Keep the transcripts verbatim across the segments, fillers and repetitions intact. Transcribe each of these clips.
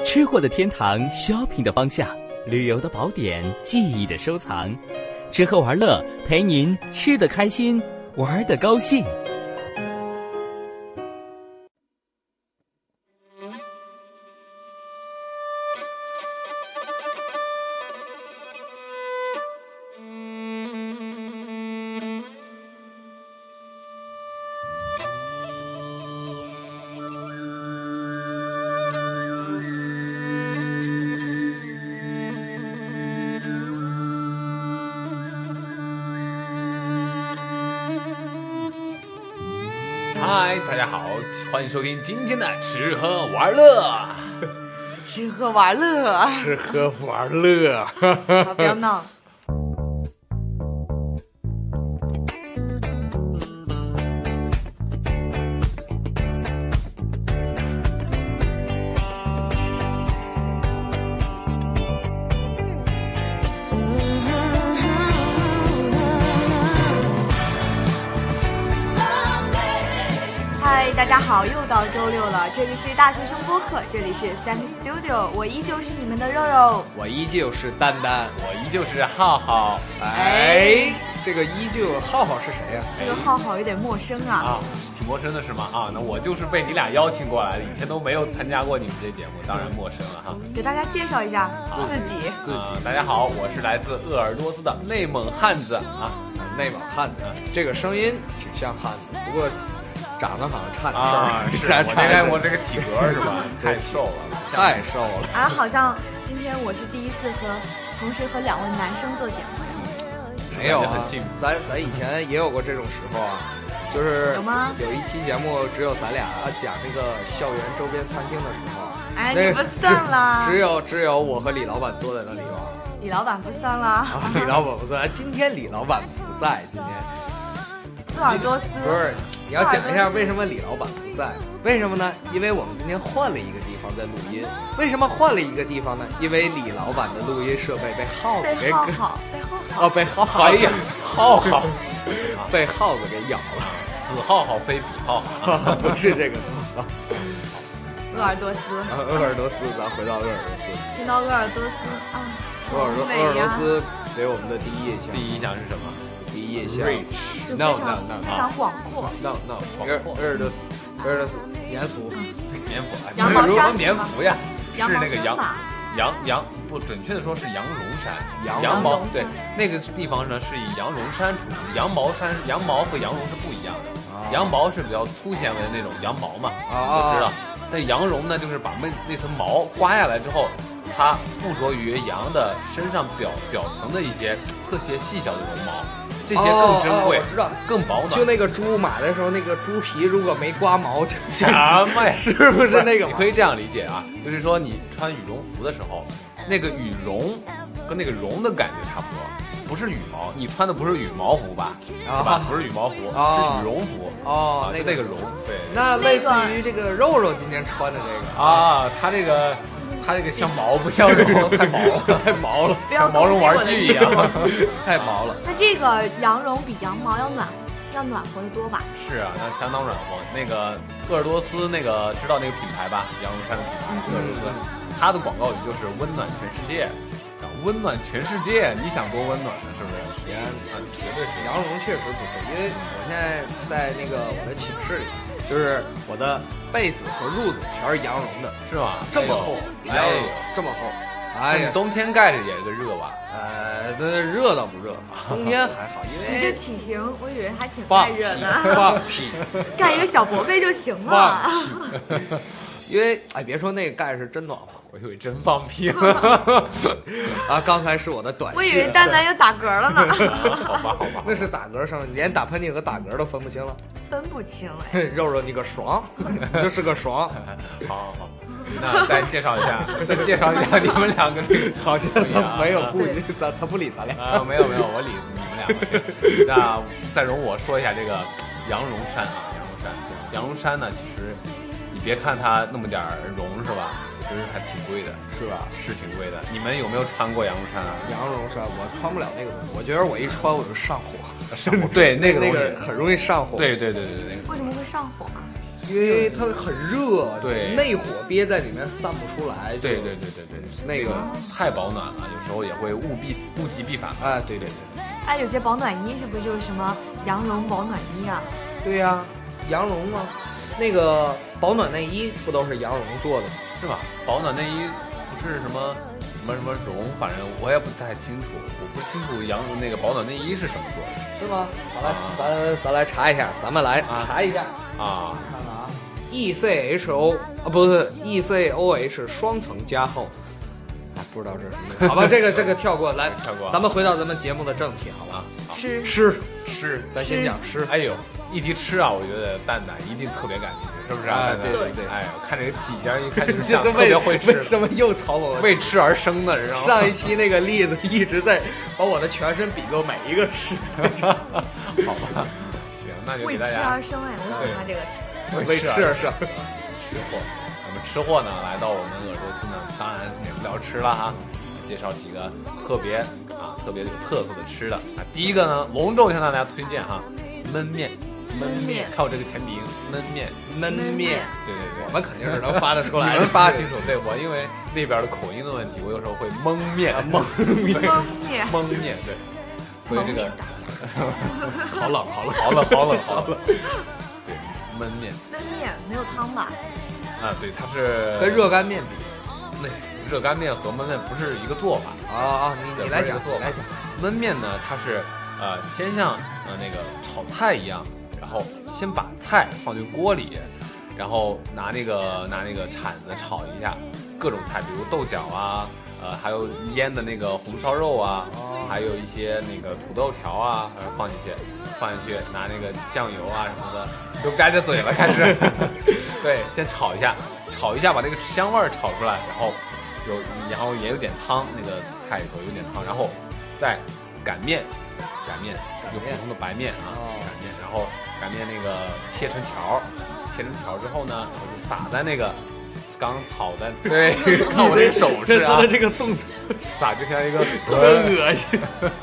吃货的天堂 shopping 的方向，旅游的宝典记忆的收藏，吃喝玩乐陪您吃得开心，玩得高兴。 嗨，大家好，欢迎收听今天的吃喝玩乐。 吃喝玩乐， 吃喝玩乐， 好，不要闹。嗨，大家好，又到周六了，这里是大学生播客，这里是三 D Studio， 我依旧是你们的肉肉， 我依旧是丹丹，我依旧是浩浩。 哎，这个依旧浩浩是谁呀、啊？ 这个浩浩有点陌生啊。 啊，挺陌生的是吗？啊，那我就是被你俩邀请过来的，以前都没有参加过你们这节目，当然陌生了哈。 给大家介绍一下自己。 自己、啊，大家好，我是来自鄂尔多斯的内蒙汉子啊， 内蒙汉子，这个声音挺像汉子，不过长得好像差点事儿啊。是，我这个我这个体格是吧？太瘦了， 太瘦了。 啊，好像今天我是第一次和同时和两位男生做节目。 没有啊，咱咱以前也有过这种时候啊，就是有吗？ 有一期节目只有咱俩讲那个校园周边餐厅的时候， 哎，你不算啦， 只有只有我和李老板坐在那里吧。 李老板不算啦， 啊、李老板不算，今天李老板不在，今天。 鄂尔多斯不是，你要讲一下为什么李老板不在？为什么呢？因为我们今天换了一个地方在录音。为什么换了一个地方呢？因为李老板的录音设备被耗子给被耗耗被耗耗哦被耗耗哎呀耗耗被耗子给咬了， 死耗耗非死耗耗， 不是这个。 鄂尔多斯， 鄂尔多斯，咱回到鄂尔多斯。 听到鄂尔多斯啊， 鄂尔多鄂尔多斯给我们的第一印象， 第一印象是什么？ 第一印象 ，no no no， 非常广阔 ，no no， 鄂尔多斯，鄂尔多斯棉服， 棉服， 羊毛衫棉服呀，是那个羊羊羊，不准确的说是羊绒衫，羊毛，对，那个地方呢是以羊绒衫出名，羊毛衫，羊毛和羊绒是不一样的，羊毛是比较粗纤维的那种羊毛嘛，我知道，那羊绒呢就是把那那层毛刮下来之后。它附着于羊的身上表表层的一些特别细小的绒毛，这些更珍贵， 哦哦、我知道， 更保暖。 就那个猪买的时候，那个猪皮如果没刮毛， 什么呀？ 是不是那个？ 你可以这样理解啊，就是说你穿羽绒服的时候，那个羽绒跟那个绒的感觉差不多，不是羽毛，你穿的不是羽毛服吧？啊、对吧？不是羽毛服， 哦、 是羽绒服。 哦， 啊、那个那个绒，对。 那类似于这个肉肉今天穿的这个啊，它这个。它这个像毛不像绒，太毛了，太毛了，像毛绒玩具一样，太毛了。 那这个羊绒比羊毛要暖，要暖和得多吧？ 是啊，那相当暖和。那个鄂尔多斯那个知道那个品牌吧？羊绒衫的品牌，鄂尔多斯，它的广告语就是温暖全世界，温暖全世界，你想多温暖呢？是不是？ 天啊，绝对是。 羊绒确实不错，因为我现在在那个我的寝室里，就是我的。被子和褥子全是羊绒的， 是吗？ 这么厚，哎呦，这么厚， 哎呀，冬天盖着也是个热吧？ 呃，那热倒不热，冬天还好，因为你这体型，我以为还挺耐热的。 放屁！ 盖一个小薄被就行了。 因为哎，别说那个盖是真暖和， 我以为真放屁了。 啊，刚才是我的短信。 我以为丹丹又打嗝了呢。 好吧，好吧， 那是打嗝声，连打喷嚏和打嗝都分不清了。 分不清哎。 肉肉你个爽，你就是个爽。 好好好，那再介绍一下，再介绍一下你们两个这个， 好像他没有顾及咱，他不理咱俩。 啊，没有没有，我理你们两个。那再容我说一下这个羊绒衫啊，羊绒衫，羊绒衫呢，其实。别看它那么点儿绒是吧？其实还挺贵的， 是吧？ 是挺贵的。你们有没有穿过羊绒衫啊？ 羊绒衫我穿不了那个东西，我觉得我一穿我就上火。 上火对那个那个很容易上火。 对对对对对。 为什么会上火啊？ 因为它很热， 对， 内火憋在里面散不出来。 对对对对对， 那个太保暖了，有时候也会物必物极必反。 啊，对对对。 哎，有些保暖衣是不是就是什么羊绒保暖衣啊？ 对呀、啊，羊绒吗？那个保暖内衣不都是羊绒做的吗？ 是吧？保暖内衣不是什么什么什么绒，反正我也不太清楚，我不清楚羊绒那个保暖内衣是什么做的， 是吗？咱来、啊、咱咱来查一下，咱们来查一下啊， 看看啊 ，E C H O 啊，不是 E C O H 双层加厚。不知道这是什么，好吧，这个这个跳过来， 跳过。 咱们回到咱们节目的正题，好吧？ 吃吃吃，咱先讲吃。 哎呦，一提吃啊，我觉得蛋蛋一定特别感兴趣，是不是啊？ 对对对。 哎，看这个体型，一看就是像特别会吃。 为什么又嘲讽我？ 为吃而生的，知道吗？ 上一期那个例子一直在把我的全身比作每一个吃。 好吧，行，那就给大家。 为吃而生哎，我喜欢这个词。 为吃而生， 吃货。我们吃货呢，来到我们鄂州市呢，当然免不了吃了哈。介绍几个特别啊特别有特色的吃的啊，第一个呢，隆重向大家推荐哈，焖面， 焖面， 看我这个前鼻音，焖面， 焖面， 对对对， 我们肯定是能发得出来， 你们发清楚，对我因为那边的口音的问题，我有时候会蒙面， 蒙面， 蒙面， 蒙面，对，所以这个好冷，好冷， 好冷，好冷，好冷，对，焖面， 焖面没有汤吧？ 啊，对，它是跟热干面比， 那。热干面和焖面不是一个做法啊啊！你你来讲， 做来讲。 焖面呢，它是呃先像呃那个炒菜一样，然后先把菜放进锅里，然后拿那个拿那个铲子炒一下各种菜，比如豆角啊，呃还有腌的那个红烧肉啊，哦、还有一些那个土豆条啊，呃放进去，放进去拿那个酱油啊什么的，都吧唧嘴了开始。对，先炒一下，炒一下把那个香味儿炒出来，然后。有，然后也有点汤，那个菜里头有点汤，然后再擀面，擀面用普通的白面啊，擀面，然后擀面那个切成条，切成条之后呢，我就撒在那个刚炒的，对，看我这个手势啊， 他的这个动作撒就像一个特别恶心，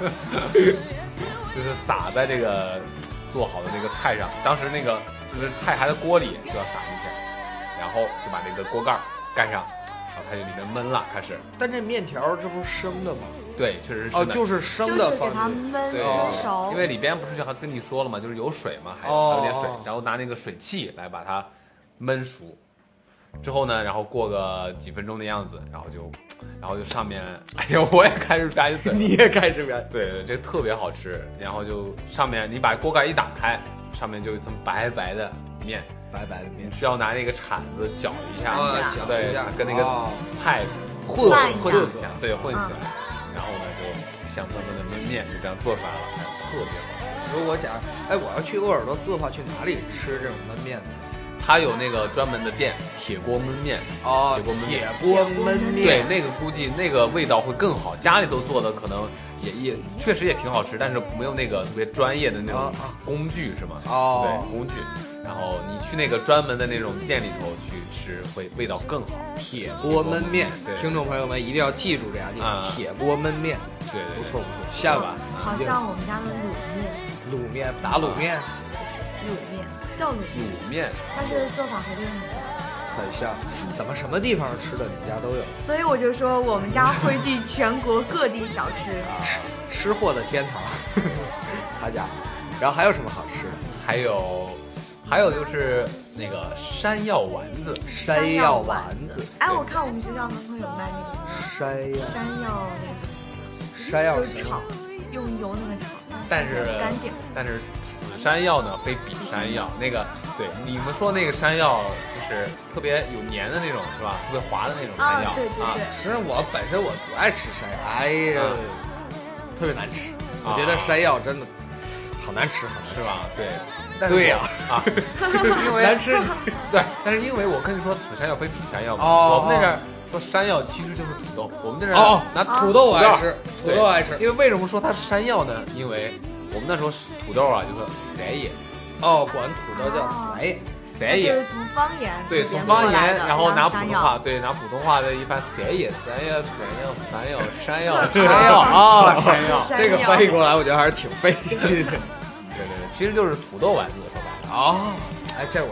就是撒在这个做好的那个菜上，当时那个就是菜还在锅里就要撒进去，然后就把那个锅盖盖上。它就里面焖了，开始。 但这面条这不是生的吗？ 对，确实是哦，就是生的， 就是给它焖熟。 因为里边不是就还跟你说了嘛，就是有水嘛，还有点水，然后拿那个水汽来把它焖熟。之后呢，然后过个几分钟的样子，然后就，然后就上面，哎呀，我也开始吧唧嘴， 你也开始吧唧， 对对，这特别好吃。然后就上面你把锅盖一打开，上面就一层白白的面。 白白的面需要拿那个铲子搅一下， 啊、 对，跟那个菜混混一下，对，混起来，嗯、然后呢就香喷喷的焖面就这样做出来了，特别好吃。 如果假，哎，我要去鄂尔多斯的话，去哪里吃这种焖面呢？ 它有那个专门的店，铁锅焖面哦， 铁锅焖铁锅焖面， 对，那个估计那个味道会更好，家里头做的可能。也也确实也挺好吃，但是没有那个特别专业的那种工具，是吗？ 哦， 对，工具。然后你去那个专门的那种店里头去吃，会味道更好。 铁锅焖面， 对， 听众朋友们一定要记住这家店，啊、铁锅焖面， 对对， 不错不错。下吧， 好像我们家的卤面， 卤面打卤面， 卤面叫卤卤面， 但是做法和这个很像。 很像，怎么什么地方吃的你家都有？ 所以我就说我们家汇集全国各地小吃， 吃吃货的天堂，他家。然后还有什么好吃的？ 还有，还有就是那个山药丸子， 山药丸子。 哎，我看我们学校门口有卖那个山药， 山药那个， 山药就是炒，用油那个炒， 但是干净。 但是此山药呢，非彼山药。那个，对你们说那个山药。是特别有黏的那种，是吧？特别滑的那种山药。 啊，对对对。 其实我本身我不爱吃山药，哎呀，啊、特别难吃。我觉得山药真的好难吃，好难吃是吧？对。 对呀啊，因为难吃。 对，但是因为我跟你说此山药非彼山药嘛， 哦、 我们那边说山药其实就是土豆，我们那边哦拿土豆爱吃，土豆爱吃。 因为为什么说它是山药呢？因为我们那时候土豆啊，就说散叶。 哦，管土豆叫散叶。 散叶就是从方言， 对，从方言，然后拿普通话，对，拿普通话的一番散叶，散叶，散叶，山药，山药，山药啊，山药， 这个翻译过来，我觉得还是挺费劲的。 对对对，其实就是土豆丸子，说白了。 哦，哎，这我行，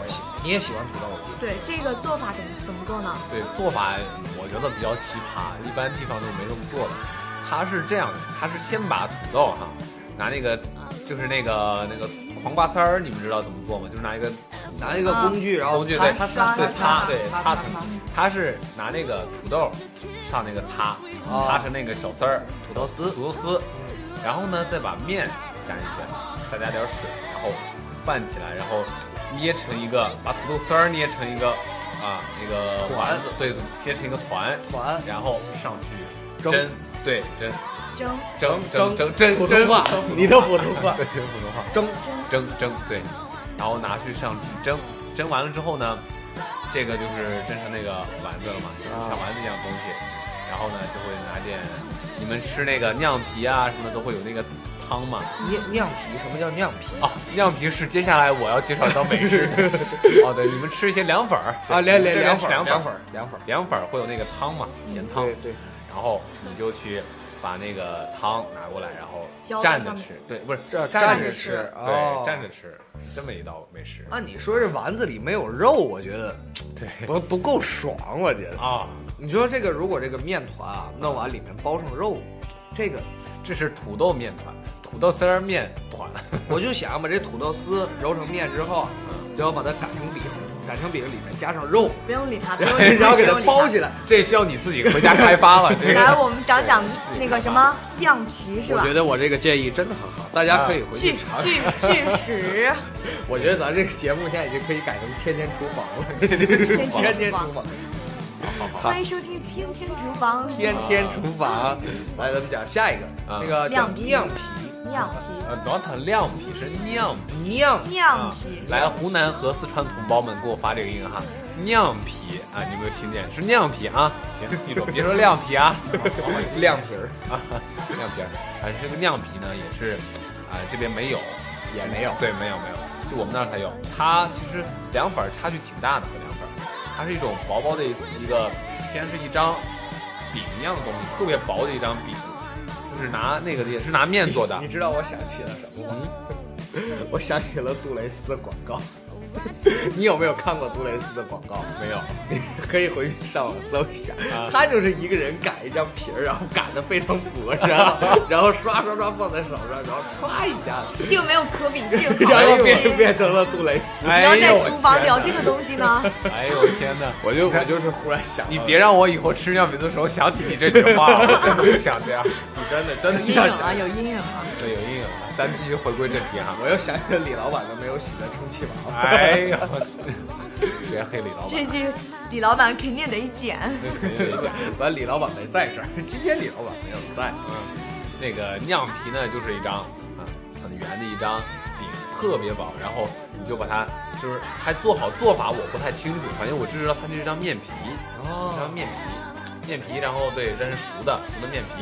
你也喜欢土豆？ 对，这个做法怎么怎么做呢？ 对，做法我觉得比较奇葩，一般地方都没这么做的。它是这样的，它是先把土豆哈，拿那个就是那个那个黄瓜丝儿，你们知道怎么做吗？就是拿一个拿一个工具，然后工具对擦对擦对擦擦， 它是拿那个土豆上那个擦，擦成那个小丝儿， 土豆丝， 土豆丝，然后呢再把面加进去，再加点水，然后拌起来，然后捏成一个，把土豆丝儿捏成一个啊那个丸子，对，切成一个团团， 然后上去蒸，对蒸。 蒸蒸蒸蒸蒸普通话，你的普通话， 对，普通话，蒸蒸蒸对，然后拿去上去蒸，蒸完了之后呢，这个就是蒸成那个丸子了嘛，就是像丸子一样东西，然后呢就会拿点，你们吃那个酿皮啊什么的都会有那个汤嘛。 酿酿皮，什么叫酿皮啊？酿皮是接下来我要介绍一道美食。哦，对，你们吃一些凉粉儿啊，凉凉凉粉， 凉粉，凉粉，凉粉， 凉粉会有那个汤嘛，咸汤。 对对。 然后你就去。把那个汤拿过来，然后蘸着吃，对，不是蘸着吃， 对，蘸着吃，这么一道美食。 按你说这丸子里没有肉，我觉得对不不够爽，我觉得啊。 你说这个如果这个面团啊弄完里面包上肉，这个这是土豆面团，土豆丝儿面团。 我就想把这土豆丝揉成面之后，然后把它擀成饼。擀成饼里面加上肉， 不用理它，不用理它， 然后给它包起来， 这需要你自己回家开发了。这个、 来，我们讲讲那个什么酿皮是吧？ 我觉得我这个建议真的很好，大家可以回去尝。 去去屎！ 我觉得咱这个节目现在已经可以改成天天厨房了，天天厨房。 欢迎收听天天厨房。 天天厨房，来，咱们讲下一个，那个酿皮。 酿皮。 酿皮， 呃 ，not 酿皮是酿皮， 酿酿皮。 来，湖南和四川同胞们给我发这个音哈，酿皮啊，你有没有听见？是酿皮啊，行，记住，别说亮皮啊， 亮皮儿啊，亮皮儿，啊，这个酿皮呢也是，啊，这边没有， 也没有， 对，没有没有，就我们那儿才有。它其实凉粉差距挺大的和凉粉，它是一种薄薄的一个，先是一张饼一样的东西，特别薄的一张饼。就是拿那个也是拿面做的， 你知道我想起了什么吗？嗯、我想起了杜蕾斯的广告。你有没有看过杜蕾斯的广告？ 没有， 你可以回去上网搜一下。啊、他就是一个人擀一张皮儿，然后擀得非常薄，然后然后刷刷刷放在手上，然后歘一下， 就没有可比性， 然后变变成了杜蕾斯。 不要在厨房聊这个东西呢。 哎呦我天哪！ 我就我就是忽然想， 你别让我以后吃酿饼的时候想起你这句话，我真的想这样。 你真的真的有阴影啊，有阴影啊。 对，有阴影了。咱继续回归正题哈， 我又想起了李老板都没有洗的充气娃娃。 哎呀，别黑李老板。 这句李老板肯定得剪。 肯定得剪。 完，李老板没在这儿，今天李老板没有在。 嗯，那个酿皮呢，就是一张啊很圆的一张饼，特别薄，然后你就把它，就是还做好做法我不太清楚，反正我只知道它就是一张面皮， 哦， 一张面皮，面皮，然后对，这是熟的熟的面皮。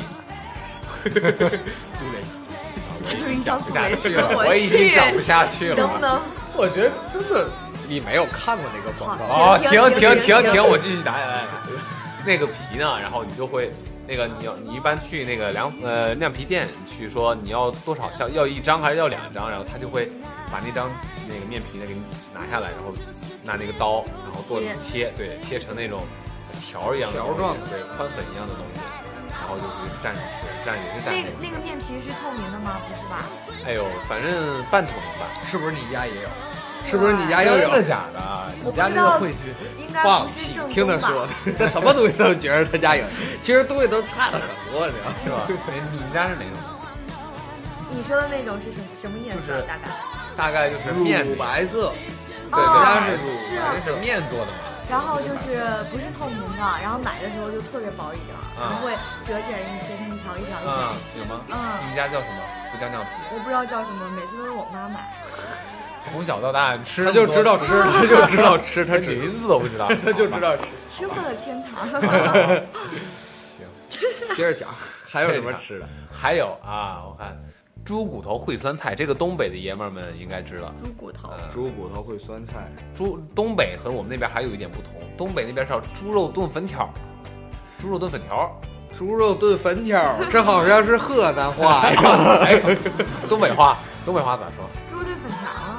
杜蕾斯。 他就是一张杜蕾斯， 我已经讲不下去了。 能不能？ 我觉得真的，你没有看过那个广告。 哦，停停停停，我继续讲下来。那个皮呢，然后你就会那个你要你一般去那个凉呃酿皮店去说你要多少要要一张还是要两张，然后他就会把那张那个面皮呢给你拿下来，然后拿那个刀，然后做切，对，切成那种条一样的条状， 对，宽粉一样的东西。然后就是蘸蘸也是蘸那个那个面皮是透明的吗？不是吧？ 哎呦，反正半透明吧。 是不是你家也有？是不是你家又有？ 真的假的？你家那个会去？ 放屁！听他说的，他什么东西都觉得他家有，其实东西都差的很多，你知道是吧？你们家是哪种？ 你说的那种是什么什么颜色？大概大概就是面乳白色。 对， 我家是乳白色，是面做的嘛。 然后就是不是透明的，然后买的时候就特别薄一张，然后会折起来给你切成一条一条一条。 嗯，有吗？ 嗯。 你们家叫什么？不叫酿皮。 我不知道叫什么，每次都是我妈买。 从小到大吃， 他就知道吃，他就知道吃，他名字都不知道， 他就知道吃。 吃货的天堂。 行，接着讲，还有什么吃的？ 还有啊，我看。猪骨头烩酸菜，这个东北的爷们儿们应该知道。 猪骨头， 嗯、 猪骨头烩酸菜。 猪东北和我们那边还有一点不同，东北那边是要猪肉炖粉条，猪肉炖粉条， 猪肉炖粉条，这好像是河南话呀。 哎、东北话，东北话咋说？ 猪肉炖粉条啊。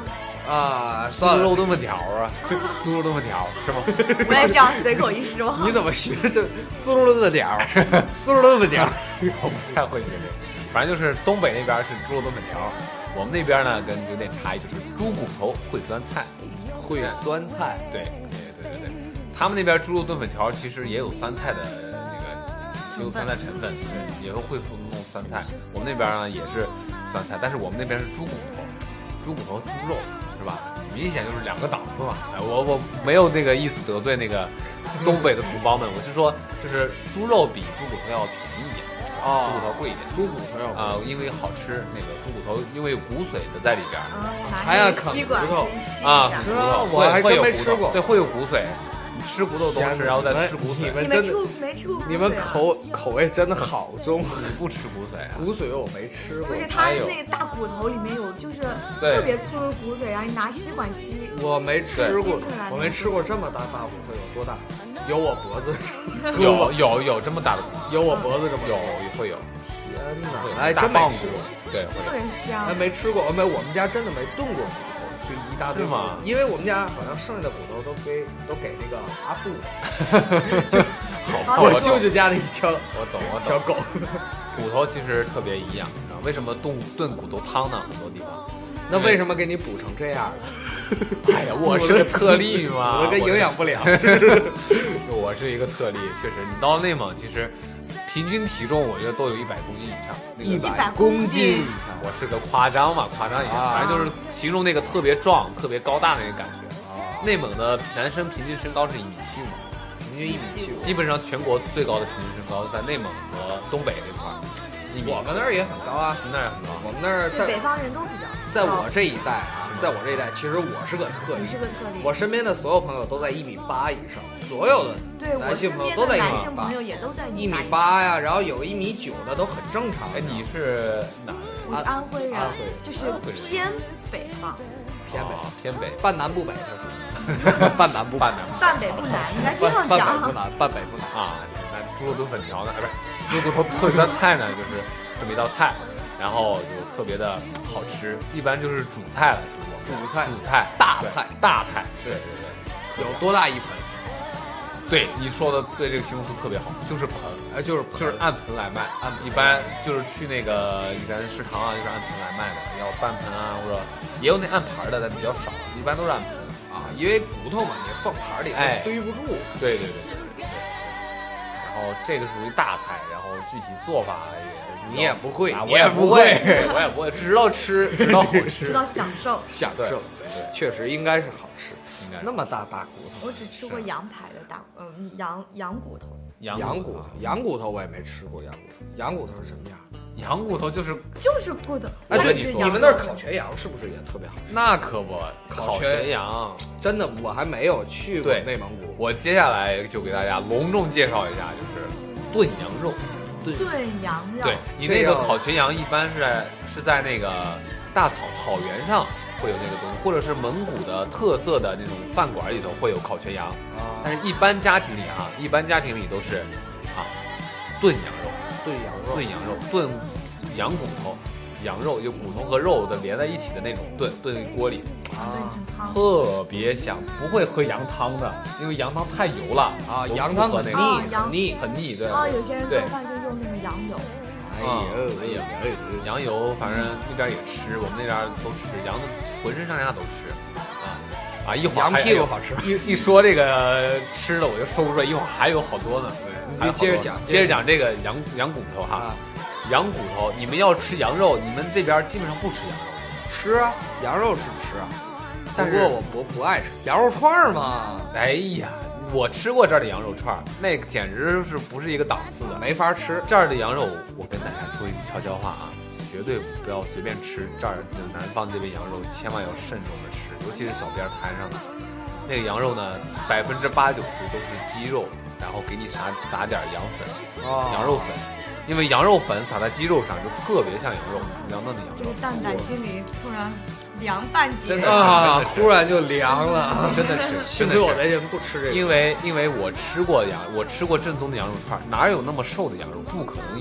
啊， 猪肉炖粉条啊，猪肉炖粉条是吗？ 我也这样随口一说。 你怎么学这猪肉炖粉条？猪肉炖粉条， 我不太会学这个。反正就是东北那边是猪肉炖粉条，我们那边呢跟有点差异，就是猪骨头烩酸菜。 烩酸菜， 对对对对对，他们那边猪肉炖粉条其实也有酸菜的那个，也有酸菜成分，对，也会会弄酸菜。我们那边呢也是酸菜，但是我们那边是猪骨头，猪骨头猪肉是吧？明显就是两个档次嘛。哎，我我没有那个意思得罪那个东北的同胞们，我是说就是猪肉比猪骨头要便宜一点。哦，猪骨头贵一点， 猪骨头要啊、呃，因为好吃。那个猪骨头因为有骨髓的在里边， 啊、 还要啃骨头啊，骨头， 我还真没吃过。 对，会有骨髓，你吃骨头东西，然后再吃骨髓。 你们吃没吃过？ 你们口口味真的好重。 你不吃骨髓啊？ 骨髓我没吃过。 不是，它那个大骨头里面有就是特别粗的骨髓，然后你拿吸管吸。 我没吃过，我没吃过这么大大骨头，有多大？有我脖子有有有这么大的， 有我脖子这么有会有。 天哪！ 哎， 真没吃过， 对， 特别香。 哎，没吃过，没，我们家真的没炖过骨头，就一大堆嘛。 因为我们家好像剩下的骨头都给都给那个阿布，就好， 我舅舅家的一条， 我懂，我小狗。 骨头其实特别营养，你知道为什么炖炖骨头汤呢？很多地方。 那为什么给你补成这样呢？ 哎呀，我是个特例嘛， 我跟营养不良。 我是一个特例，确实，你到内蒙，其实平均体重我觉得都有一百公斤以上。 一百公斤以上， 我是个夸张嘛，夸张一下，反正就是形容那个特别壮、特别高大那个感觉。内蒙的男生平均身高是一米七五， 平均一米七五， 基本上全国最高的平均身高在内蒙和东北这块儿。 我们那儿也很高啊， 那儿也很高。 我们那儿在北方人都比较。 在我这一代啊，在我这一代，其实我是个特例。 你是个特例。 我身边的所有朋友都在一米八以上，所有的男性朋友都在一米八。 男生朋友也都在一米八呀，然后有一米九的都很正常。 哎，你是哪？ 我是安徽人， 安徽就是偏北方。 偏北， 偏北， 半南不北，半南不半南， 半北不南，应该这样讲。 半北不南，半北不南啊！那猪肉炖粉条呢？哎，不是，猪骨头烩酸菜呢，就是这么一道菜。然后就特别的好吃，一般就是主菜了，是不？ 主菜， 主菜， 大菜， 大菜，对对对，有多大一盆？ 对，你说的对，这个形容词特别好，就是盆， 哎，就是就是按盆来卖，按一般就是去那个一般食堂啊，就是按盆来卖的，要半盆啊，或者也有那按盘的，但比较少，一般都是按盆啊，因为骨头嘛，你放盘里哎堆不住。 对对对对对。然后这个属于大菜，然后具体做法也。 你也不会， 我也不会，我也不会，只知道吃，知道好吃， 知道享受， 享受， 对， 确实应该是好吃， 应该那么大大骨头。 我只吃过羊排的大，嗯，羊羊骨头， 羊骨头，羊骨头我也没吃过，羊骨头，羊骨头是什么样？ 羊骨头就是就是骨头。 哎，对，你们那儿烤全羊是不是也特别好吃？ 那可不， 烤全羊真的我还没有去过内蒙古。 我接下来就给大家隆重介绍一下，就是炖羊肉。 炖羊肉， 对你那个烤全羊一般是在是在那个大草草原上会有那个东西，或者是蒙古的特色的那种饭馆里头会有烤全羊，啊、但是一般家庭里啊，一般家庭里都是啊炖羊肉， 炖羊肉， 炖羊肉，炖羊骨头，羊肉就骨头和肉的连在一起的那种炖炖锅里。 啊， 特别香，不会喝羊汤的，因为羊汤太油了啊，羊汤很腻，很腻， 很腻，对。 啊，有些人做饭就用那个羊油。 哎呦，哎呀，羊油反正那边也吃，我们那边都吃，羊的浑身上下都吃，啊啊，一会儿羊屁股好吃。 一一说这个吃的我就说不出来，一会儿还有好多呢。 对，你接着讲， 接着讲这个羊羊骨头哈，羊骨头，你们要吃羊肉，你们这边基本上不吃羊肉。 吃啊，羊肉是吃啊，但是我不不爱吃羊肉串嘛。 哎呀，我吃过这儿的羊肉串，那个简直是不是一个档次的， 没法吃。 这儿的羊肉，我跟大家说一句悄悄话啊，绝对不要随便吃这儿南方这边羊肉，千万要慎重的吃，尤其是小边摊上的那个羊肉呢，百分之八九十都是鸡肉，然后给你撒撒点羊粉，哦、羊肉粉。因为羊肉粉撒在鸡肉上就特别像羊肉，凉嫩的羊肉。 这个蛋仔心里突然凉半截， 真的啊，忽然就凉了， 真的是。 幸亏我那人不吃这个， 因为因为我吃过羊，我吃过正宗的羊肉串，哪有那么瘦的羊肉？不可能有。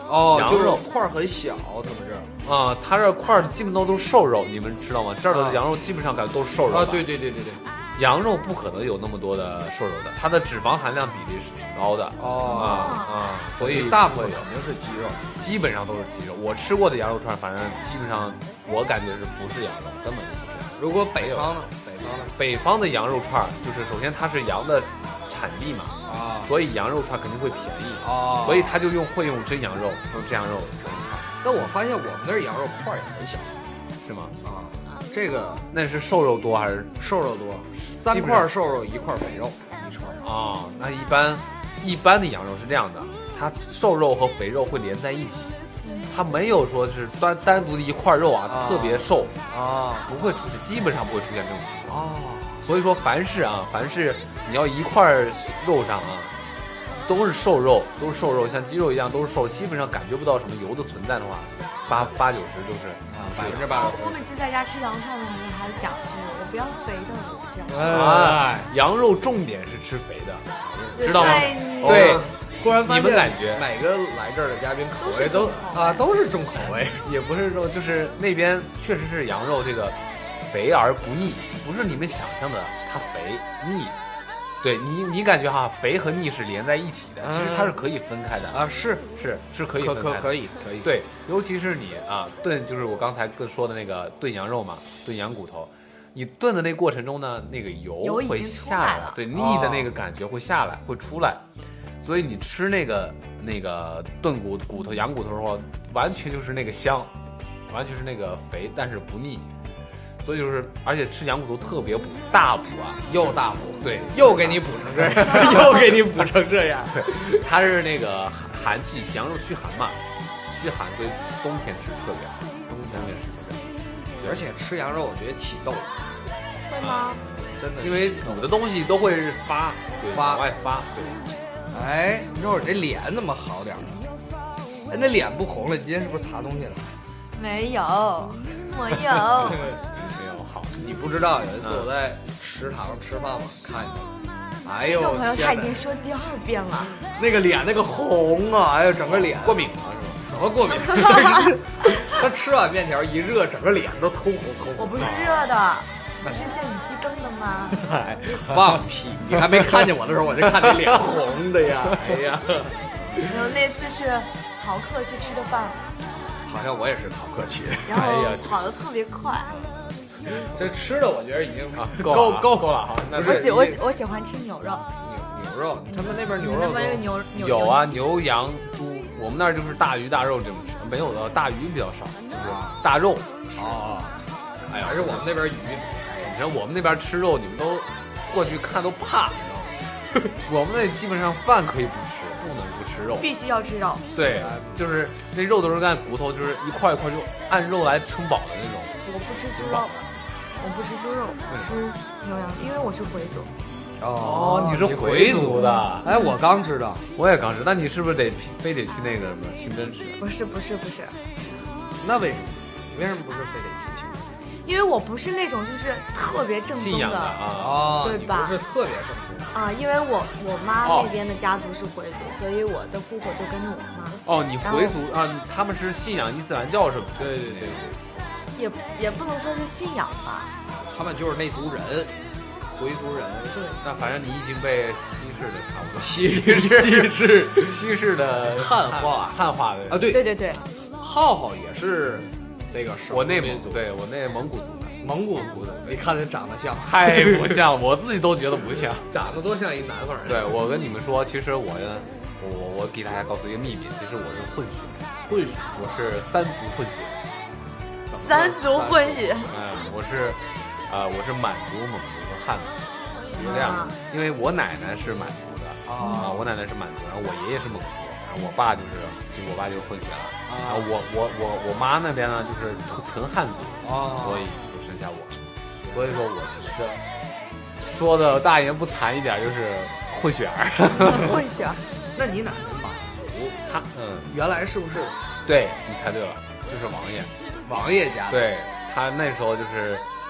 哦， 羊肉块儿很小，怎么着？ 啊，它这块儿基本都都是瘦肉，你们知道吗？这儿的羊肉基本上感觉都是瘦肉啊，对对对对对。 羊肉不可能有那么多的瘦肉的，它的脂肪含量比例是挺高的哦啊啊，所以大部分肯定是鸡肉， 基本上都是鸡肉。我吃过的羊肉串，反正基本上我感觉是不是羊肉，根本就不是羊肉。 如果北方呢？北方呢？ 北方的羊肉串就是首先它是羊的产地嘛啊， 所以羊肉串肯定会便宜啊， 所以他就用会用真羊肉，用真羊肉串。 但我发现我们那儿羊肉块也很小， 是吗？ 啊。这个那是瘦肉多还是瘦肉多？三块瘦肉，一块肥肉，一串啊。那一般一般的羊肉是这样的，它瘦肉和肥肉会连在一起，它没有说是单单独的一块肉啊， 啊特别瘦啊， 不会出现，基本上不会出现这种情况。 哦， 所以说凡是啊，凡是你要一块肉上啊，都是瘦肉，都是瘦肉，像鸡肉一样都是瘦肉，基本上感觉不到什么油的存在的话，八八九十就是啊，百分之八十。 我每次在家吃羊串的时候还讲究，我不要肥的，我这样。 啊，羊肉重点是吃肥的，知道吗？ 对， 忽然你们感觉每个来这儿的嘉宾口味都啊都是重口味， 也不是说就是那边确实是羊肉这个肥而不腻，不是你们想象的它肥腻。对你，你感觉哈，肥和腻是连在一起的，其实它是可以分开的啊，是是是可以分开的， 可可以可以。 对，尤其是你啊炖，就是我刚才跟说的那个炖羊肉嘛，炖羊骨头，你炖的那个过程中呢，那个油会下来， 了对，腻的那个感觉会下来，会出来，所以你吃那个那个炖骨骨头羊骨头的话，完全就是那个香，完全是那个肥，但是不腻。所以就是，而且吃羊骨头特别补，大补啊， 又大补， 对， 又给你补成这样，又给你补成这样。 对，它是那个寒气，羊肉驱寒嘛，驱寒，所以冬天吃特别好，冬天吃特别好。 而且吃羊肉，我觉得起痘， 会吗？ 真的， 因为补的东西都会是发，对， 发往外发。对， 哎，你说我这脸怎么好点呢？哎，那脸不红了，今天是不是擦东西了？ 没有，我有。 没有好， 你不知道，有一次我在食堂吃饭嘛，看见，哎呦， 朋友他已经说第二遍了， 那个脸那个红啊，哎呦，整个脸过敏了是吧？什么过敏？他吃完面条一热，整个脸都通红通红。 我不是热的，不是见你激动的吗？ 哎，放屁！你还没看见我的时候，我就看你脸红的呀！哎呀， 然后那次是逃课去吃的饭， 好像我也是逃课去的， 然后跑得特别快。 这吃的我觉得已经啊够够够了啊！ 我喜我喜我喜欢吃牛肉， 牛牛肉，他们那边牛肉那边有牛牛有啊，牛羊猪，我们那儿就是大鱼大肉这么吃，没有的大鱼比较少，就是大肉。 哦，哎呀，还是我们那边鱼。 你看我们那边吃肉，你们都过去看都怕，你知道吗？我们那基本上饭可以不吃，不能不吃肉， 必须要吃肉。 对，就是那肉都是干骨头，就是一块一块就按肉来撑饱的那种。 我不吃猪肉，我不吃猪肉，我吃牛羊，因为我是回族。 哦，你是回族的？ 哎，我刚知道， 我也刚知道。那你是不是得非得去那个什么清真寺？ 不是不是不是， 那为什么？为什么不是非得去？ 因为我不是那种就是特别正宗的啊， 对吧？ 不是特别正宗啊，因为我我妈那边的家族是回族，所以我的户口就跟着我妈。 哦，你回族啊？他们是信仰伊斯兰教是吧？ 对对对对。 也也不能说是信仰吧， 他们就是那族人，回族人。 对， 那反正你已经被西式的差不多， 西西式西式的汉化汉化的啊，对对对对， 浩浩也是那个我内蒙族，对我那蒙古族的， 蒙古族的，你看他长得像， 太不像，我自己都觉得不像， 长得多像一南方人。 对，我跟你们说，其实我呢，我我给大家告诉一个秘密，其实我是混血， 混血， 我是三族混血。 三族混血， 嗯，我是，呃，我是满族、蒙族和汉族，是这样的。因为我奶奶是满族的啊，我奶奶是满族，然后我爷爷是蒙族，然后我爸就是，其实我爸就是混血了。然后我我我我妈那边呢就是纯汉族，所以就生下我。所以说我其实说的大言不惭一点，就是混血儿。 混血儿。 那你奶奶满族， 他嗯， 原来是不是？ 对，你猜对了，就是王爷。 王爷家， 对他那时候就是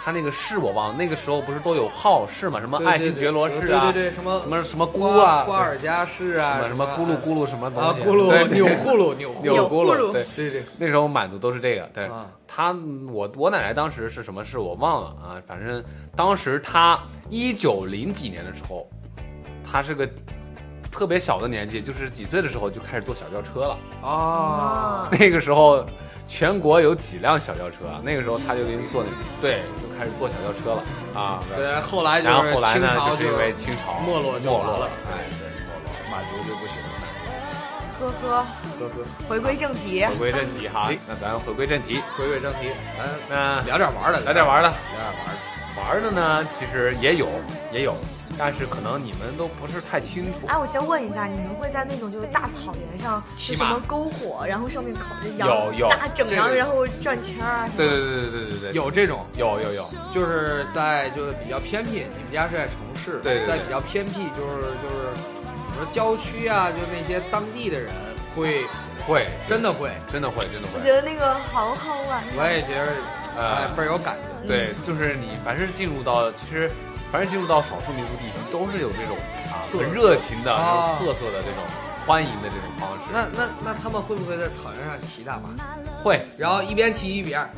他那个市我忘了，那个时候不是都有号市嘛，什么爱新觉罗市啊， 对对对，什么什么什么咕啊， 瓜尔佳市啊， 什么什么咕噜咕噜什么东西， 啊咕噜钮咕噜钮钮咕噜， 对对对， 那时候满族都是这个，对， 啊、 他我我奶奶当时是什么事我忘了啊，反正当时他一九零几年的时候，他是个特别小的年纪，就是几岁的时候就开始坐小轿车了啊， 那个时候。全国有几辆小轿车啊？那个时候他就给你坐那，对，就开始坐小轿车了啊。 对，后来然后后来呢， 就就是因为清朝没落就完了， 哎，对，没落，满族就不行了。 呵呵呵呵， 回归正题， 回归正题哈，那咱回归正题， 回归正题，咱那聊点玩的， 聊点玩的， 聊点玩的。 玩的呢，其实也有，也有，但是可能你们都不是太清楚。 哎，我先问一下，你们会在那种就是大草原上，就什么篝火，然后上面烤着羊， 有有大整羊，然后转圈啊？ 对对对对对对对， 有这种， 有有有， 就是在就是比较偏僻，你们家是在城市， 对， 在比较偏僻，就是就是什么郊区啊，就那些当地的人会会真的会真的会真的会。 我觉得那个好好玩。 我也觉得，呃，倍儿有感觉。 对，就是你凡是进入到，其实凡是进入到少数民族地区，都是有这种啊很热情的、 啊、 特色的这种欢迎的这种方式。 那那那他们会不会在草原上骑大马？ 会， 然后一边骑一边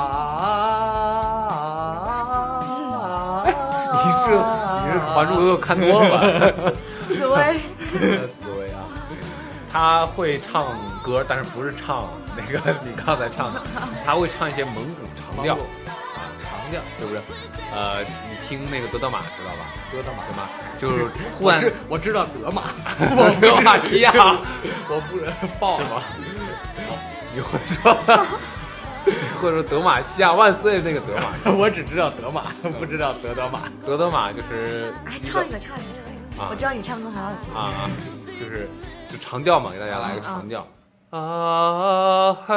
啊！ 你是你是《还珠格格》看多了吧？ 紫薇， 紫薇啊，他会唱歌，但是不是唱那个你刚才唱的，他会唱一些蒙古长调。 长调是不是？呃，你听那个德德玛知道吧？ 德德玛对吗？就是忽然我知我知道德玛， 我德玛西亚， 我不能报是吗？你会说，或者说德玛西亚万岁那个德玛， 我只知道德玛，不知道德德玛。 德德玛就是哎，唱一个，唱一个，唱一个。我知道你唱歌很好听啊啊，就是就长调嘛，给大家来个长调啊嘿。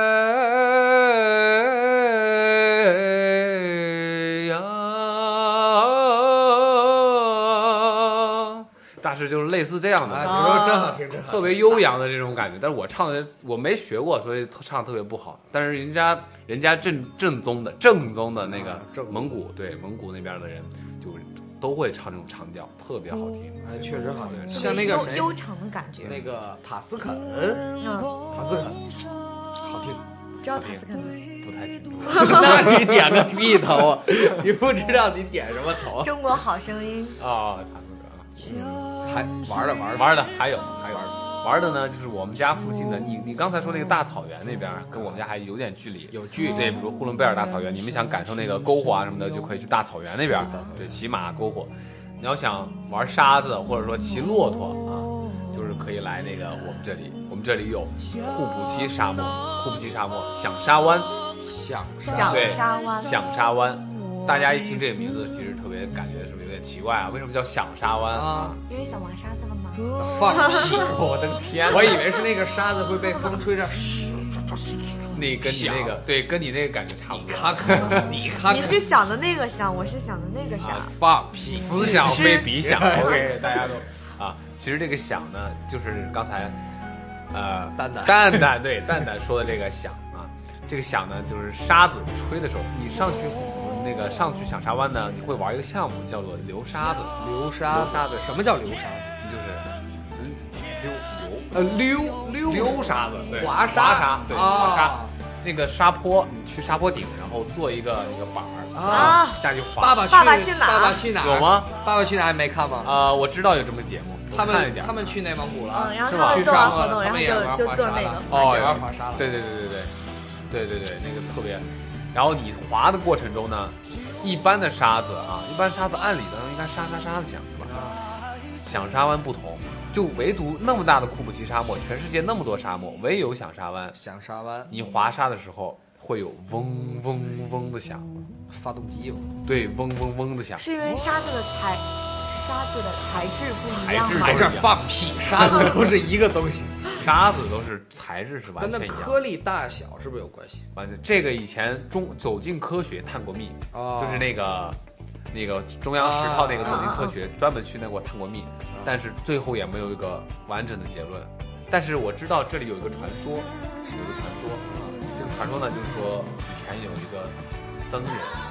大致就是类似这样的， 比如说真好听，真好听， 特别悠扬的这种感觉。但是我唱的我没学过，所以唱的特别不好。但是人家人家正正宗的正宗的那个蒙古，对蒙古那边的人就都会唱这种长调，特别好听。 哎，确实好听，像那个谁悠长的感觉。 那个塔斯肯， 嗯， 塔斯肯，好听。 知道塔斯肯吗？ 不太清楚。 那你点个屁头，你不知道你点什么头？ 中国好声音啊，塔斯肯。 嗯，还玩的玩的玩的还有还有玩的呢，就是我们家附近的，你你刚才说那个大草原那边，跟我们家还有点距离， 有距离。 对，比如呼伦贝尔大草原，你们想感受那个篝火啊什么的，就可以去大草原那边，对，骑马篝火。你要想玩沙子或者说骑骆驼啊，就是可以来那个我们这里，我们这里有库布齐沙漠，库布齐沙漠响沙湾， 响沙对沙湾， 响沙湾，大家一听这个名字，其实特别感觉是不是有点奇怪啊？为什么叫响沙湾啊？ 因为想玩沙子了吗？ 放屁！ 我的天！ 我以为是那个沙子会被风吹着， 那跟你那个对，跟你那个感觉差不多。 看看你看， 你是想的那个响，我是想的那个响。 放屁！ 思想非彼想。OK， 大家都啊，其实这个响呢，就是刚才呃蛋蛋蛋蛋对蛋蛋说的这个响啊，这个响呢，就是沙子吹的时候，你上去那个上去响沙湾呢，你会玩一个项目叫做流沙子。 流沙流沙子， 什么叫流沙？ 就是溜溜呃溜溜溜沙子，对， 滑沙滑沙，对，滑沙。那个沙坡，你去沙坡顶，然后做一个那个板儿啊， 下去滑。 爸爸爸爸去哪？ 爸爸去哪？ 有吗？ 爸爸去哪？没看吗？ 啊，我知道有这么节目， 他们他们去内蒙古了， 嗯，然后他们做完活动，然后就就做那个， 哦， 也玩滑沙了。 对对对对对，对对对，那个特别。然后你滑的过程中呢，一般的沙子啊，一般沙子按理当中应该沙沙沙的响是吧？响沙湾不同。就唯独那么大的库布齐沙漠，全世界那么多沙漠，唯有响沙湾。 响沙湾， 你滑沙的时候会有嗡嗡嗡的响， 发动机嘛？ 对，嗡嗡嗡的响。 是因为沙子的材，沙子的材质不一样吗？ 还是放屁，沙子都是一个东西， 沙子都是材质是完全一样。 跟那颗粒大小是不是有关系？ 完全，这个以前中走进科学探过秘， 哦、 就是那个。那个中央十套那个走进科学，专门去那给我探过秘，但是最后也没有一个完整的结论。但是我知道这里有一个传说，有一个传说，这个传说呢就是说以前有一个僧人，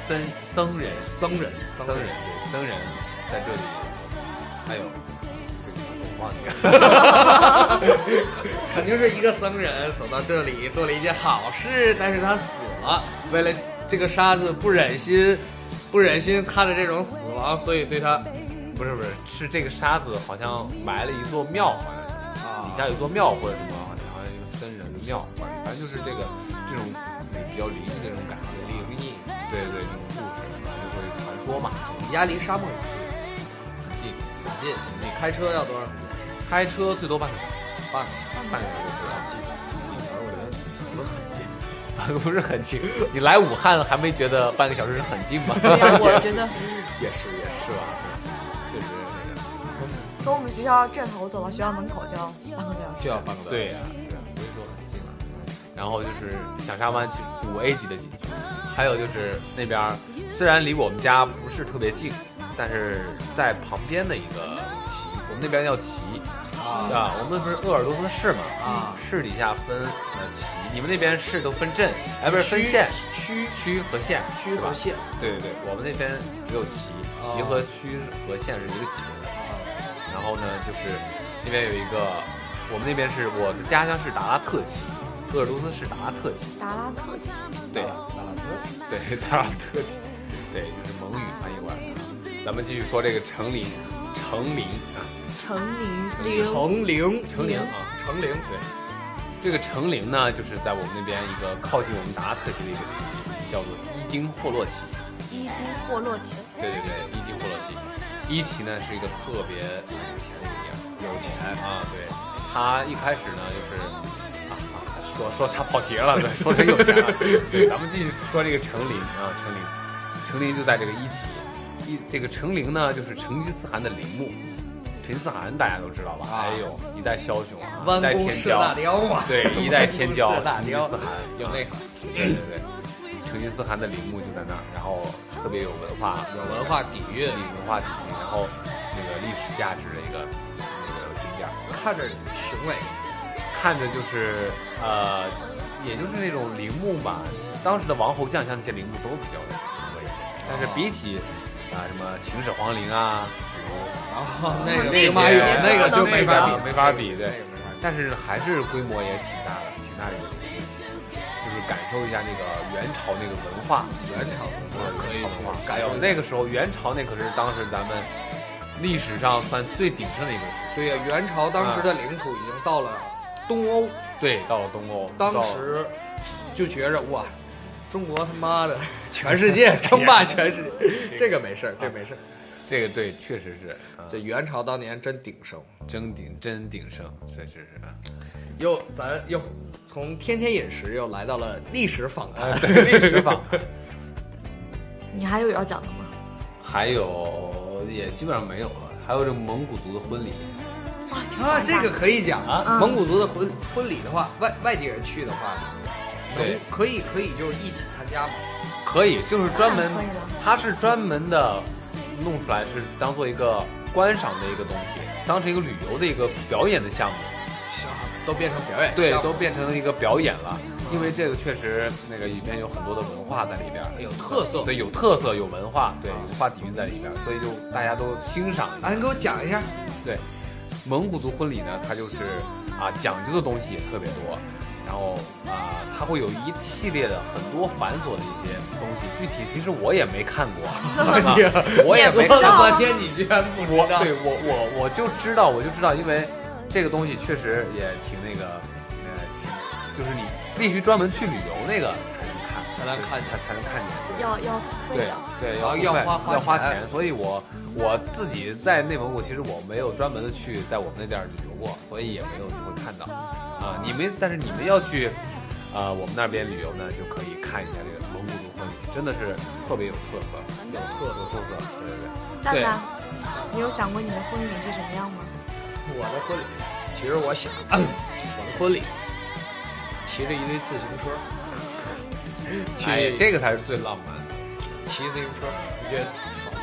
僧僧人僧人僧人对僧人在这里，还有我忘记了， 肯定是一个僧人走到这里做了一件好事，但是他死了，为了这个沙子不忍心不忍心他的这种死亡，所以对他不是不是是这个沙子好像埋了一座庙，好像是啊，底下有一座庙或者什么，好像一个僧人的庙，反正就是这个这种比较灵异的这种感觉，灵异，对对这种故事，就会传说嘛。 你家离沙漠很近很近，你开车要多少时间？ 开车最多半个小时， 半个半个小时不要近，近，而我觉得不是很近，不是很近。你来武汉还没觉得半个小时是很近吗？ 对呀，我觉得也是也是吧，确实那个。 从我们学校镇头走到学校门口就要半个多小时， 就要半个多小时。对呀、啊，对、啊，所以说很近了。然后就是响沙湾五 A 级的景区，还有就是那边虽然离我们家不是特别近，但是在旁边的一个旗，我们那边叫旗啊， 啊，我们不是鄂尔多斯市嘛啊， 市底下分呃旗，你们那边市都分镇，哎不是分县，区区和县， 区和县， 对对对，我们那边只有旗，旗和区和县是一个级别的。然后呢，就是那边有一个，我们那边是我的家乡是达拉特旗，鄂尔多斯是达拉特旗。 达拉特旗。 对， 达拉特。 对，达拉特旗。对，就是蒙语翻译过来的。咱们继续说这个成陵，成陵啊。 成陵。 成陵。 成陵啊， 成陵。 对，这个成陵呢，就是在我们那边一个靠近我们达拉特旗的一个旗，叫做伊金霍洛旗。 伊金霍洛旗。 对对对，伊金霍洛旗。伊奇呢是一个特别有钱的一个地方，有钱啊，对，他一开始呢就是啊啊说说差跑题了，对，说成有钱了，对，咱们继续说这个成陵啊，成陵，成陵就在这个伊奇，一这个成陵呢就是成吉思汗的陵墓，成吉思汗大家都知道吧？ 啊、 哎呦，一代枭雄啊， 弯弓射大雕嘛， 对，一代天骄， 成吉思汗有内涵，对对对。成吉思汗的陵墓就在那儿，然后特别有文化， 有文化底蕴， 文化底蕴，然后那个历史价值的一个那个景点， 看着雄伟， 看着就是呃，也就是那种陵墓吧。当时的王侯将相那些陵墓都比较的雄伟，但是比起啊、呃、什么秦始皇陵啊， 然后那个兵马俑那个就没法比， 没法比，对，但是还是规模也挺大的，挺大的一个。就是感受一下那个元朝那个文化， 元朝文化， 元朝文化。还有那个时候，元朝那可是当时咱们历史上算最鼎盛的一个时期。 对呀、啊，元朝当时的领土已经到了东欧， 对，到了东欧。 当时就觉着哇，中国他妈的全世界称霸全世界，这个没事儿，这没事儿。 这个对，确实是。 这元朝当年真鼎盛， 真鼎真鼎盛，确实是。 又咱又从天天饮食又来到了历史访谈， 呃、对历史访谈。 你还有要讲的吗？ 还有也基本上没有了。还有这蒙古族的婚礼。 啊，这个可以讲啊。嗯、蒙古族的婚婚礼的话，外外地人去的话， 对， 可以可以就是一起参加吗？ 可以，就是专门，它是专门的弄出来，是当做一个观赏的一个东西，当成一个旅游的一个表演的项目。 都变成表演， 对，都变成了一个表演了。因为这个确实那个里面有很多的文化在里边， 有特色， 对，有特色，有文化，对，文化底蕴在里边，所以就大家都欣赏。 啊，你给我讲一下。 对，蒙古族婚礼呢，它就是啊讲究的东西也特别多，然后啊它会有一系列的很多繁琐的一些东西，具体其实我也没看过，我也没说了半天，你居然不知道？ 对我我我就知道，我就知道，因为。这个东西确实也挺那个，呃，就是你必须专门去旅游那个才能看，才能看才才能看见。 要要付费的， 对对， 要要花要花钱。所以我我自己在内蒙古，其实我没有专门的去在我们那地儿旅游过，所以也没有机会看到。啊，你们但是你们要去，啊、呃，我们那边旅游呢，就可以看一下这个蒙古族婚礼，真的是特别有特色， 有特色， 特色，对对对。 蛋蛋，你有想过你的婚礼是什么样吗？ 我的婚礼，其实我想，我的婚礼骑着一堆自行车， 去、哎、这个才是最浪漫的。 骑自行车，你觉得爽吗？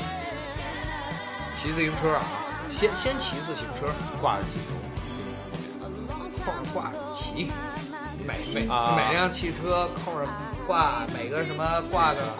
骑自行车啊，先先骑自行车， 挂着汽车， 后面挂着骑，每每、 啊、 每辆汽车后面挂每个什么挂个挂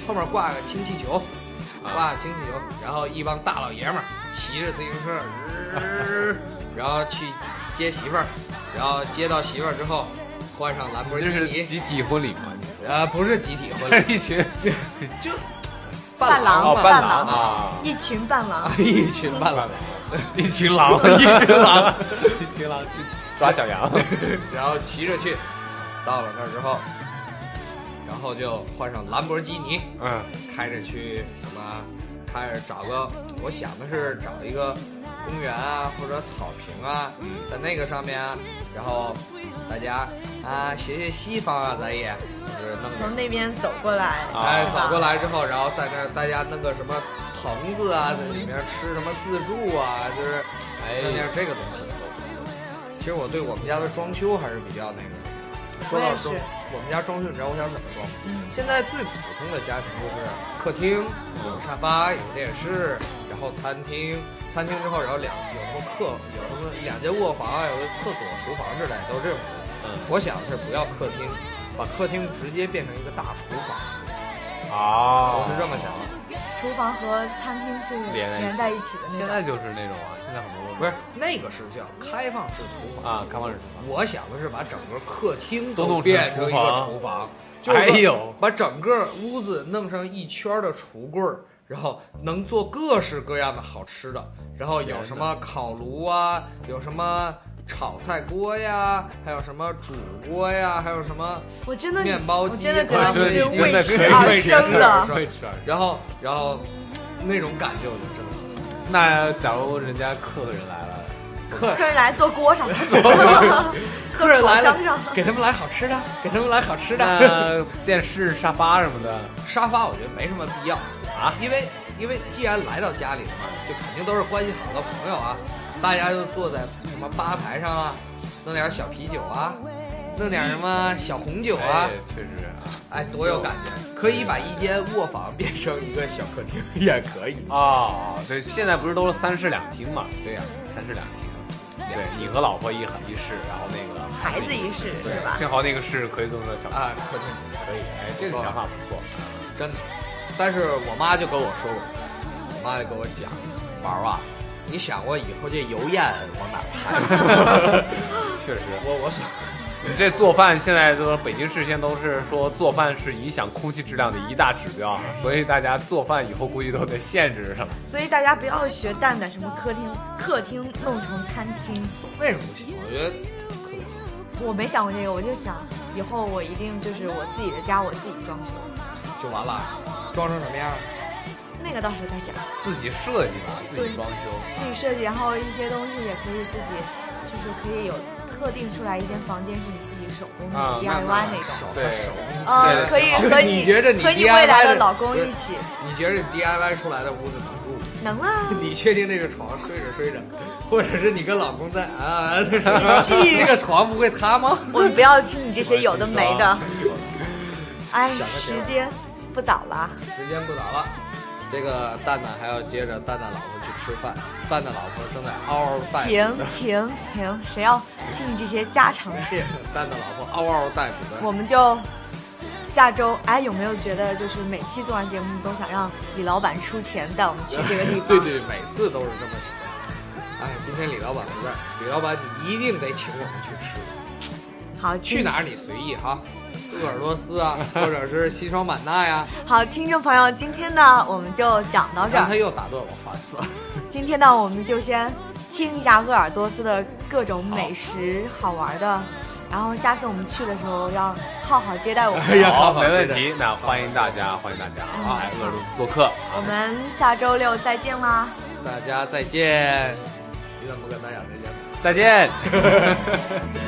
后面挂个氢气球，挂个氢气球，然后一帮大老爷们儿骑着自行车，呃、然后去接媳妇儿，然后接到媳妇儿之后，换上兰博基尼。 这是集体婚礼吗？ 呃，不是集体婚礼， 一群就伴郎， 伴郎啊， 一群伴郎， 一群伴郎， 一群狼， 一群狼， 一群狼去抓小羊， 然后骑着去，到了那儿之后，然后就换上兰博基尼， 嗯， 开着去什么，开着找个，我想的是找一个公园啊或者草坪啊， 嗯， 在那个上面啊，然后大家啊学学西方啊，咱也就是弄从那边走过来， 哎，走过来之后，然后在那儿大家弄个什么棚子啊，在里面吃什么自助啊，就是哎弄点这个东西。其实我对我们家的装修还是比较那个。说到装，我们家装修，你知道我想怎么装？ 嗯， 现在最普通的家庭就是客厅有沙发有电视，然后餐厅，餐厅之后然后两有什么客有什么两间卧房啊，有个厕所、厨房之类，都是这种。 嗯， 我想的是不要客厅，把客厅直接变成一个大厨房。 啊， 我是这么想的。 厨房和餐厅是连在一起的那种。 现在就是那种啊，现在很多不是那个是叫开放式厨房啊，开放式厨房。 我想的是把整个客厅都弄变成一个厨房， 哎呦， 把整个屋子弄上一圈的橱柜儿，然后能做各式各样的好吃的，然后有什么烤炉啊，有什么炒菜锅呀，还有什么煮锅呀，还有什么我真的面包机， 我真的觉得你是为吃而生的， 然后然后那种感觉我就真的很好。 那假如人家客人来了， 客客人来坐锅上， 客人来了上， 给他们来好吃的，给他们来好吃的。 那电视、沙发什么的， 沙发我觉得没什么必要啊， 因为因为既然来到家里了嘛，就肯定都是关系好的朋友啊，大家就坐在什么吧台上啊，弄点小啤酒啊，弄点什么小红酒啊， 哎、确实， 哎，多有感觉！可以把一间卧房变成一个小客厅，也可以啊。对，现在不是都是三室两厅嘛？ 对呀、啊， 三室两厅。对，你和老婆一一室，然后那个孩子一室，是吧？ 正好那个室可以做个小啊客厅， 可以。哎，这个想法不错， 真的。但是我妈就跟我说过，我妈就跟我讲，宝儿啊，你想过以后这油烟往哪排？ 确实， 我我想。 你这做饭现在都北京市现在都是说做饭是影响空气质量的一大指标，所以大家做饭以后估计都得限制上。 所以大家不要学蛋蛋，什么客厅客厅弄成餐厅， 为什么不行？我觉得特别好。 我没想过这个，我就想以后我一定就是我自己的家，我自己装修就完了，装成什么样？ 那个到时候再讲。 自己设计吧，自己装修， 自己设计，然后一些东西也可以自己，就是可以有。特定出来一间房间是你自己手工的 D I Y 那种， 对， 嗯，可以和你觉得你和你未来的老公一起， 你觉得你 D I Y 出来的屋子能住？ 能啊！ 你确定那个床睡着睡着，或者是你跟老公在啊？那那个床不会塌吗？ 我们不要听你这些有的没的。哎，时间不早了， 时间不早了。这个蛋蛋还要接着蛋蛋老婆去吃饭，蛋蛋老婆正在嗷嗷待哺。 停停停！谁要听你这些家常事？ 蛋蛋老婆嗷嗷待哺的。 我们就下周，哎，有没有觉得就是每期做完节目都想让李老板出钱带我们去这个地方？ 对对，每次都是这么想。哎，今天李老板不在，李老板你一定得请我们去吃。 好， 去哪儿你随意哈。鄂尔多斯啊，或者是西双版纳呀。 好，听众朋友，今天呢我们就讲到这儿。 他又打断我，烦死了。 今天呢，我们就先听一下鄂尔多斯的各种美食好玩的，然后下次我们去的时候要好好接待我们。 好，没问题。那欢迎大家，欢迎大家啊，来鄂尔多斯做客。 我们下周六再见啦！ 大家再见。你怎么不跟大家再再见？ 见。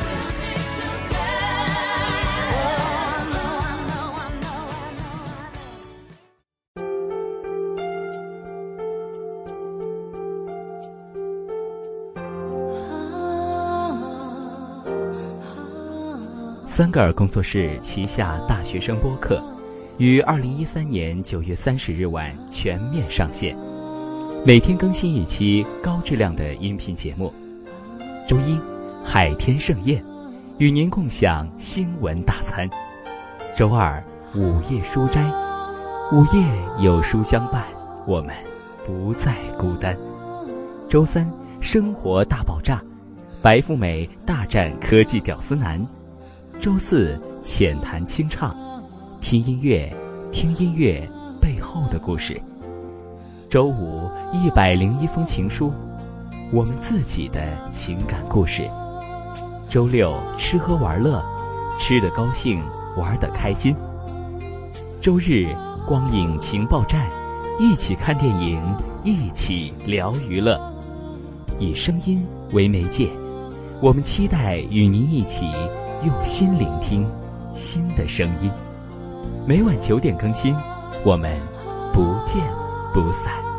三个尔工作室旗下大学生播客于二零一三年九月三十日晚全面上线，每天更新一期高质量的音频节目。周一海天盛宴，与您共享新闻大餐；周二午夜书斋， 午夜有书相伴，我们不再孤单。周三，生活大爆炸，白富美大战科技屌丝男。周四，浅谈清唱，听音乐，听音乐背后的故事。周五，一百零一封情书，我们自己的情感故事。周六，吃喝玩乐，吃得高兴，玩得开心。周日，光影情报站，一起看电影，一起聊娱乐。以声音为媒介，我们期待与您一起用心聆听新的声音。每晚九点更新，我们不见不散。